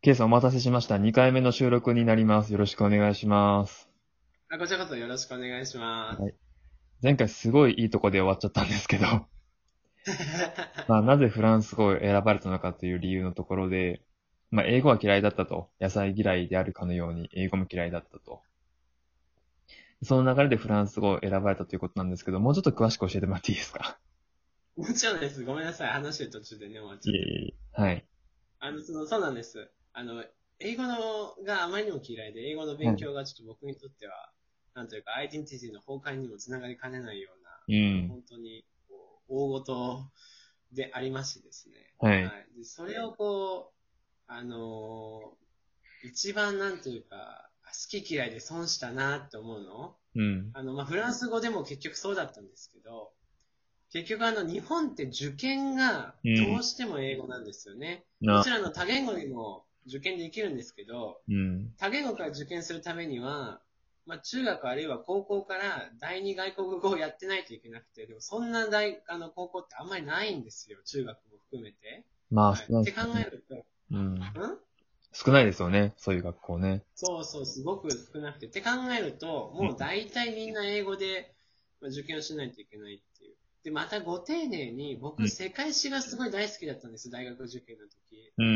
ケイさんお待たせしました。2回目の収録になります。よろしくお願いします。 こちらこそよろしくお願いします。 はい。前回すごいいいとこで終わっちゃったんですけど、なぜフランス語を選ばれたのかという理由のところで、英語は嫌いだったと。野菜嫌いであるかのように、英語も嫌いだったと。その流れでフランス語を選ばれたということなんですけど、もうちょっと詳しく教えてもらっていいですか？ もちろんです。ごめんなさい。話してる途中でね、終わっちゃって。 いえいえいえ。はい。 そうなんです。英語があまりにも嫌いで、英語のはい。 勉強がちょっと僕にとっては、なんというか、アイデンティティの崩壊にもつながりかねないような、 うん。 本当に、大事でありましてですね。 はい。 はい。で、それをあの一番なんというか、好き嫌いで損したなって思うの。 うん。 フランス語でも結局そうだったんですけど、結局日本って受験がうん。 どうしても英語なんですよね。もな、 ちろん多言語でも受験できるんですけど、 うん。 多言語から受験するためには、中学あるいは高校から第二外国語をやってないといけなくて、でもそんな高校ってあんまりないんですよ。中学も含めて。はい。 少ないって考ですよね。 えると、 うん。 ん少ないですよね。そういう学校ね。 そうそう、すごく少なくて。って考えると、 うん。 もう大体みんな英語で受験をしないといけないっていう。で、またご丁寧に、僕、 うん。 世界史がすごい大好きだったんです、大学受験の時。 うん。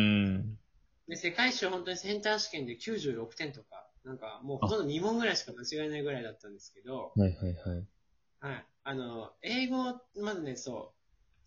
で、世界史は本当にセンター試験で96点とか、なんかもうほあ、 とんど2問ぐらいしか間違いないぐらいだったんですけど、 はいはいはい。 はい。英語、まずね、そう、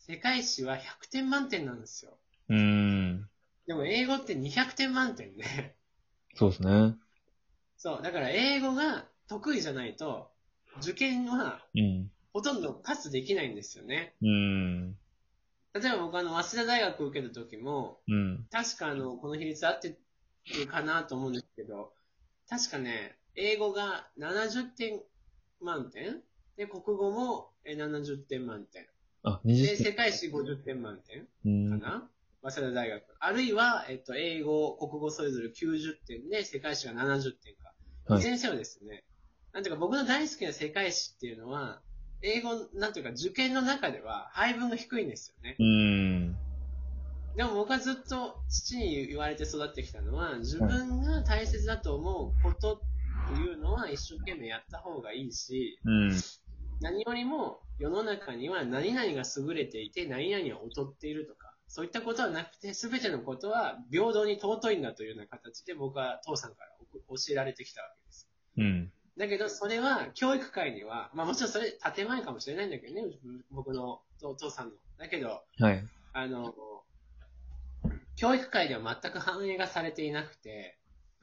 世界史は100点満点なんですよ。 うーん。 でも英語って200点満点で、 そうですね。 そう、だから英語が得意じゃないと、受験はうん。 ほとんどパスできないんですよね。 うーん。 例えば僕早稲田大学受けた時も、 うん。 確かこの比率合ってるかなと思うんですけど、確かね、英語が70点満点で、国語も70点満点。 あ、20 で、 点。 世界史50点満点うん。 かな早稲田大学。あるいは、英語、国語それぞれ90点で、世界史が70点か。いはい。 ずれにせよですね、なんていうか僕の大好きな世界史っていうのは、英語、なんていうか受験の中では配分が低いんですよね。 うーん。 でも僕はずっと父に言われて育ってきたのは、自はい。 分が大切だと思うことっていうのは一生懸命やった方がいいし、 うん。 何よりも世の中には何々が優れていて何々は劣っているとか、そういったことはなくて、すべてのことは平等に尊いんだというような形で僕は父さんから教えられてきたわけです。 うん。 だけど、それは教育界には、もちろんそれ建前かもしれないんだけどね、僕のお父さんの。だけど、 はい。 あの、教育界では全く反映がされていなくて、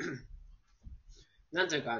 なんというか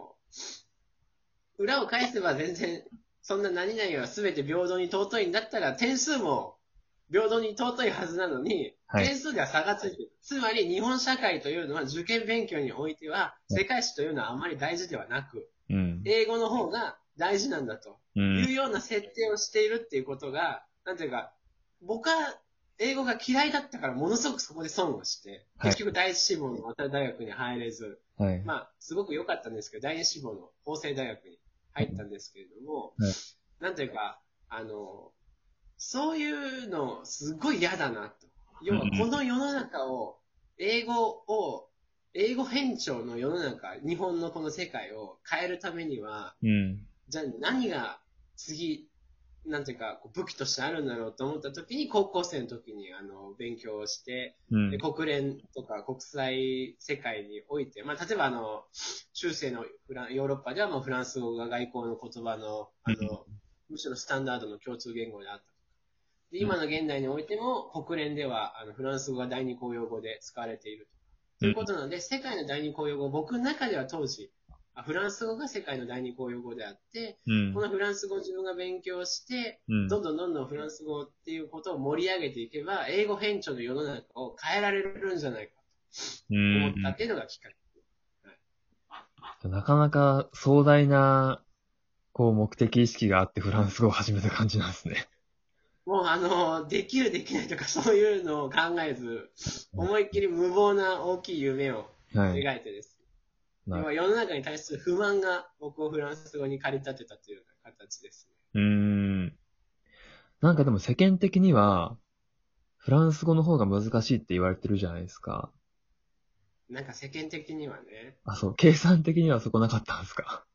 裏を返せば全然、そんな何々は全て平等に尊いんだったら、点数も平等に尊いはずなのに、 はい。 点数では差がついている。つまり、日本社会というのは受験勉強においては、世界史というのはあまり大事ではなく、 うん。 英語の方が大事なんだとうん。 いうような設定をしているっていうことが、なんていうか、僕は英語が嫌いだったからものすごくそこで損をして、 はい。 結局第一志望の早稲田大学に入れず、 はい。 すごく良かったんですけど、第二志望の法政大学に入ったんですけれども、 はい。 なんというか、そういうのすごい嫌だなと。要はこうん。 の世の中を、英語を、英語偏重の世の中、日本のこの世界を変えるためには、 うん。 じゃあ何が次、なんていうか、武器としてあるんだろうと思った時に、高校生の時に勉強をして、でうん。 国連とか国際世界において、例えば中世のヨーロッパではもうフランス語が外交の言葉の、 うん。 むしろスタンダードの共通言語であった。で、 うん。 今の現代においても国連ではフランス語が第二公用語で使われていると。といううん。 ことなので、世界の第二公用語、僕の中では当時、フランス語が世界の第二公用語であって、 うん。 このフランス語を自分が勉強して、 うん。 どんどんどんどんフランス語っていうことを盛り上げていけば、英語偏重の世の中を変えられるんじゃないかうと思ったっん。 ていうのがきっかけ。はい、 なかなか壮大な、目的意識があってフランス語を始めた感じなんですね。 もうできるできないとかそういうのを考えず、思いっきり無謀な大きい夢をはい。 描いてです。 なる。 要は世の中に対する不満が僕をフランス語に駆り立てたというような形ですね。 うーん。なんかでも世間的には、フランス語の方が難しいって言われてるじゃないですか。 なんか世間的にはね。 あ、そう、計算的にはそこなかったんですか？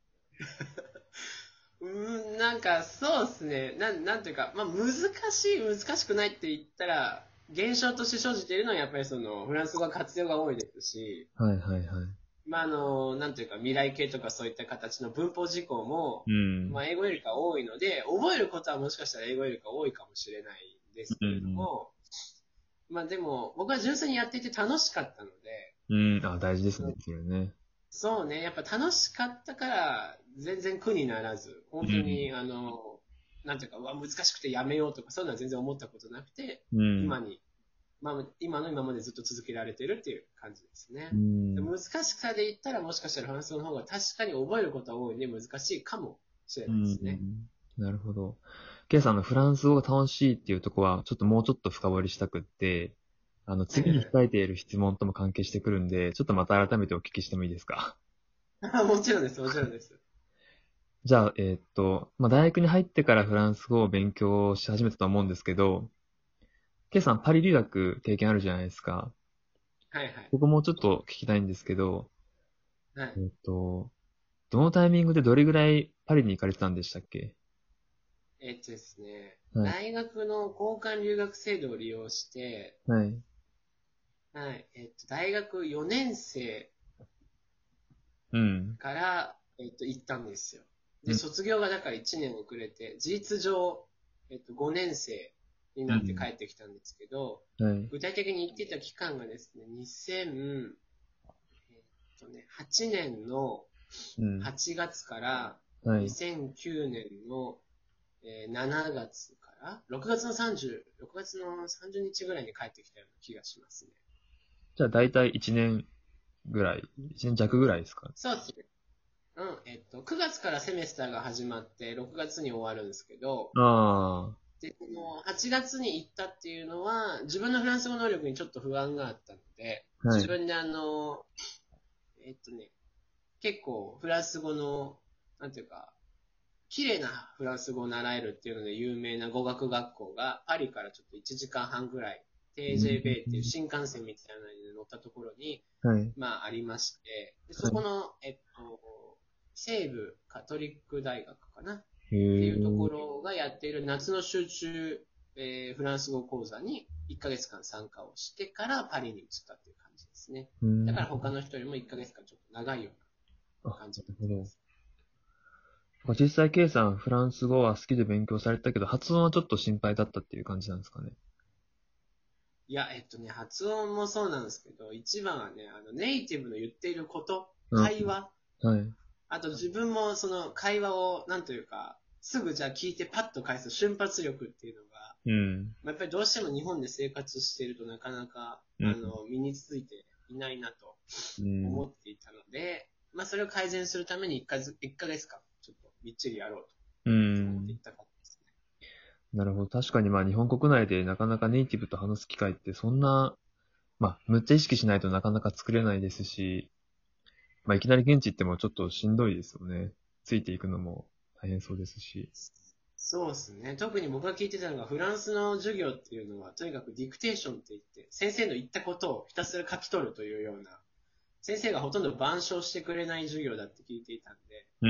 なんかそうですね。なんていうか、まあ難しくないって言ったら、現象として生じているのはやっぱりその、フランス語は活用が多いですし、 はいはいはい。 まあなんていうか、未来形とかそういった形の文法事項も、 うん。 まあ英語よりか多いので、覚えることはもしかしたら英語よりか多いかもしれないんですけれどうん。 も、まあでも、僕は純粋にやっていて楽しかったので、 うん。あ、大事ですね、それね。 そうね、やっぱ楽しかったから、全然苦にならず、本当うん。 に、なんていうか、難しくてやめようとか、そういうのは全然思ったことなくて、 うん。 今に、まあ、今の今までずっと続けられてるっていう感じですうね。でん。 難しさで言ったら、もしかしたらフランス語の方が確かに覚えることは多いんで難しいかもしれうないですね。 ん。なるほど。ケイさんのフランス語が楽しいっていうところは、ちょっともうちょっと深掘りしたくって、次に控えている質問とも関係してくるんで、ちょっとまた改めてお聞きしてもいいですか？ もちろんです、もちろんです。 じゃあ、まあ、大学に入ってからフランス語を勉強し始めたと思うんですけど、ケイさんパリ留学経験あるじゃないですか。 はいはい。 ここもちょっと聞きたいんですけど、 はい。 えっと、どのタイミングでどれぐらいパリに行かれてたんでしたっけ？ ですね、 はい。 大学の交換留学制度を利用して、 はい。 はい、大学4年生うん。 から、行ったんですよ。で、 うん。 卒業がだから1年遅れて、事実上、5年生になって帰うん。 ってきたんですけど、 はい。 具体的に行ってた期間がですね、8年のうん。 8月からはい。 2009年の7月から6月の6月の30日ぐらいに帰ってきたような気がしますね。 じゃあ、だいたい1年ぐらい、1年弱ぐらいですか？ そうですね。うん、9月からセメスターが始まって6月に終わるんですけど、 あで、この8月に行ったっていうのは、自分のフランス語能力にちょっと不安があったので、 あ、はい。 自分でえっとね、結構フランス語の、なんていうか、綺麗なフランス語を習えるっていうので有名な語学学校がパリからちょっと1時間半ぐらい、 うん。 TJB っていう新幹線みたいなのに乗ったところに、 はい。 まあありまして、でそはい。 この、西部カトリック大学かなっへていうとこえ。 ろがやっている夏の集中、フランス語講座に1ヶ月間参加をしてからパリに移ったっていう感じですね。 うん。 だから他の人よりも1ヶ月間ちょっと長いようあ、 な感じなるほど。 になってます。 実際、K さん、フランス語は好きで勉強されたけど、発音はちょっと心配だったっていう感じなんですかね。 いや、発音もそうなんですけど、一番はね、ネイティブの言っていること、 うん。 会話、 はい。 あと自分もその会話を、なんというか、すぐじゃあ聞いてパッと返す瞬発力っていうのが、 うん。 まあやっぱりどうしても日本で生活しているとなかなか、 うん。 身についていないなとうん。 思っていたので、まあそれを改善するために1ヶ月間、ちょっとみっちりやろううと思っていん。 ったからですね。 なるほど。確かにまあ日本国内でなかなかネイティブと話す機会ってそんな、まあむっちゃ意識しないとなかなか作れないですし、まあいきなり現地行ってもちょっとしんどいですよね。ついていくのも大変そうですし。 そうですね。特に僕が聞いてたのが、フランスの授業っていうのは、とにかくディクテーションって言って、先生の言ったことをひたすら書き取るというような、先生がほとんど板書してくれない授業だって聞いていたんで、 うん。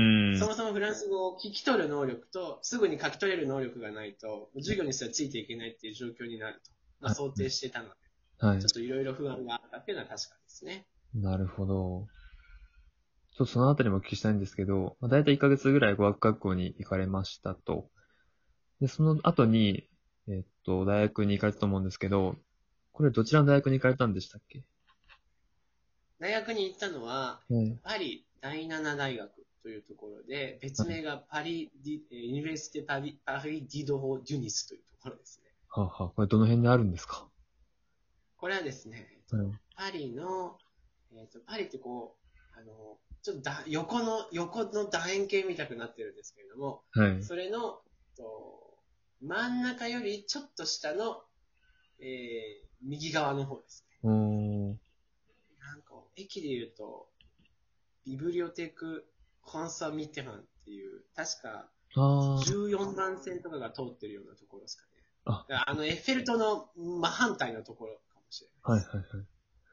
そもそもフランス語を聞き取る能力と、すぐに書き取れる能力がないと、授業にすらついていけないっていう状況になると、まあ、 はい。 想定してたので、 はい。 ちょっといろいろ不安があったっていうのは確かですね。 なるほど。ちょっとそのあたりもお聞きしたいんですけど、まあ、大体1ヶ月ぐらい語学学校に行かれましたと。で、その後に、大学に行かれたと思うんですけど、これどちらの大学に行かれたんでしたっけ？ 大学に行ったのは、 はい。 パリ第七大学というところで、別はい。 名がパリディ、ユニベーシテパリディドホ・デュニスというところですね。 はあ、はあ、これどの辺にあるんですか？ これはですね、 はい。 パリの、パリってこう、ちょっと横の楕円形みたくなってるんですけれども、 はい。 それの、真ん中よりちょっと下の、右側の方ですね。 おー。 なんか、駅で言うと、ビブリオテク・コンサ・ミテハンっていう、確かあ 14番線とかが通ってるようなところですかね。 あ。あ、 だからエッフェル塔の真反対のところかもしれないではいす。 はいはい。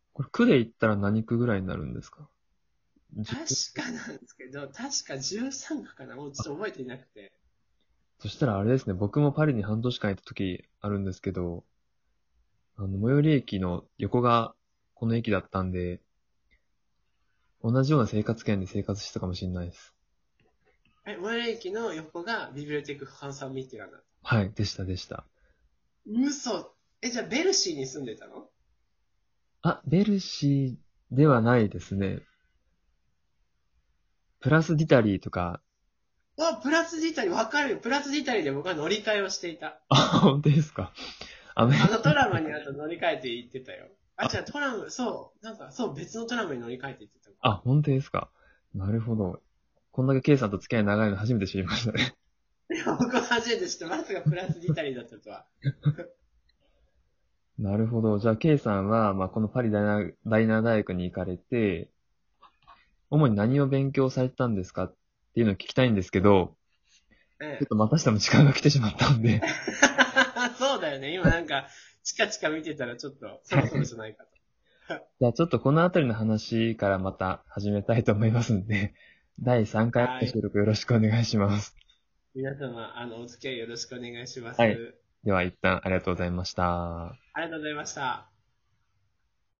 これ区で言ったら何区ぐらいになるんですか？ 確かなんですけど、確か13区かな、もうちょっと覚えていなくて。 そしたらあれですね、僕もパリに半年間いた時あるんですけど、最寄り駅の横がこの駅だったんで、同じような生活圏で生活してたかもしれないです。 最寄り駅の横がビビリオテク・ファンサー・ミッティランだった。 はい、でしたでした。 嘘。じゃあベルシーに住んでたの？ あ、ベルシーではないですね。プラスディタリーとか、 あ、プラスディタリ、わかるよ。プラスディタリで僕は乗り換えをしていた。 あ、本当ですか。アメリトラムにあと乗り換えて行ってたよ。あ、違う、トラム、そう、なんか、そう、別のトラムに乗り換えて行ってた。 あ、本当ですか。なるほど。こんだけ K さんと付き合い長いの初めて知りましたね。 いや、僕は初めて知って、まさかプラスディタリだったとは。 なるほど。じゃあ K さんは、このパリダイナー大学に行かれて、主に何を勉強されてたんですかっていうのを聞きたいんですけど、ちょっええ。 とまたしても時間が来てしまったんで、 そうだよね。今なんか、チカチカ見てたらちょっと、そろそろじゃないかと。 じゃあちょっとこのあたりの話からまた始めたいと思いますので、第3回はい。 目の収録よろしくお願いします。 皆様、お付き合いよろしくお願いしまはい。 す。 では一旦ありがとうございました。 ありがとうございました。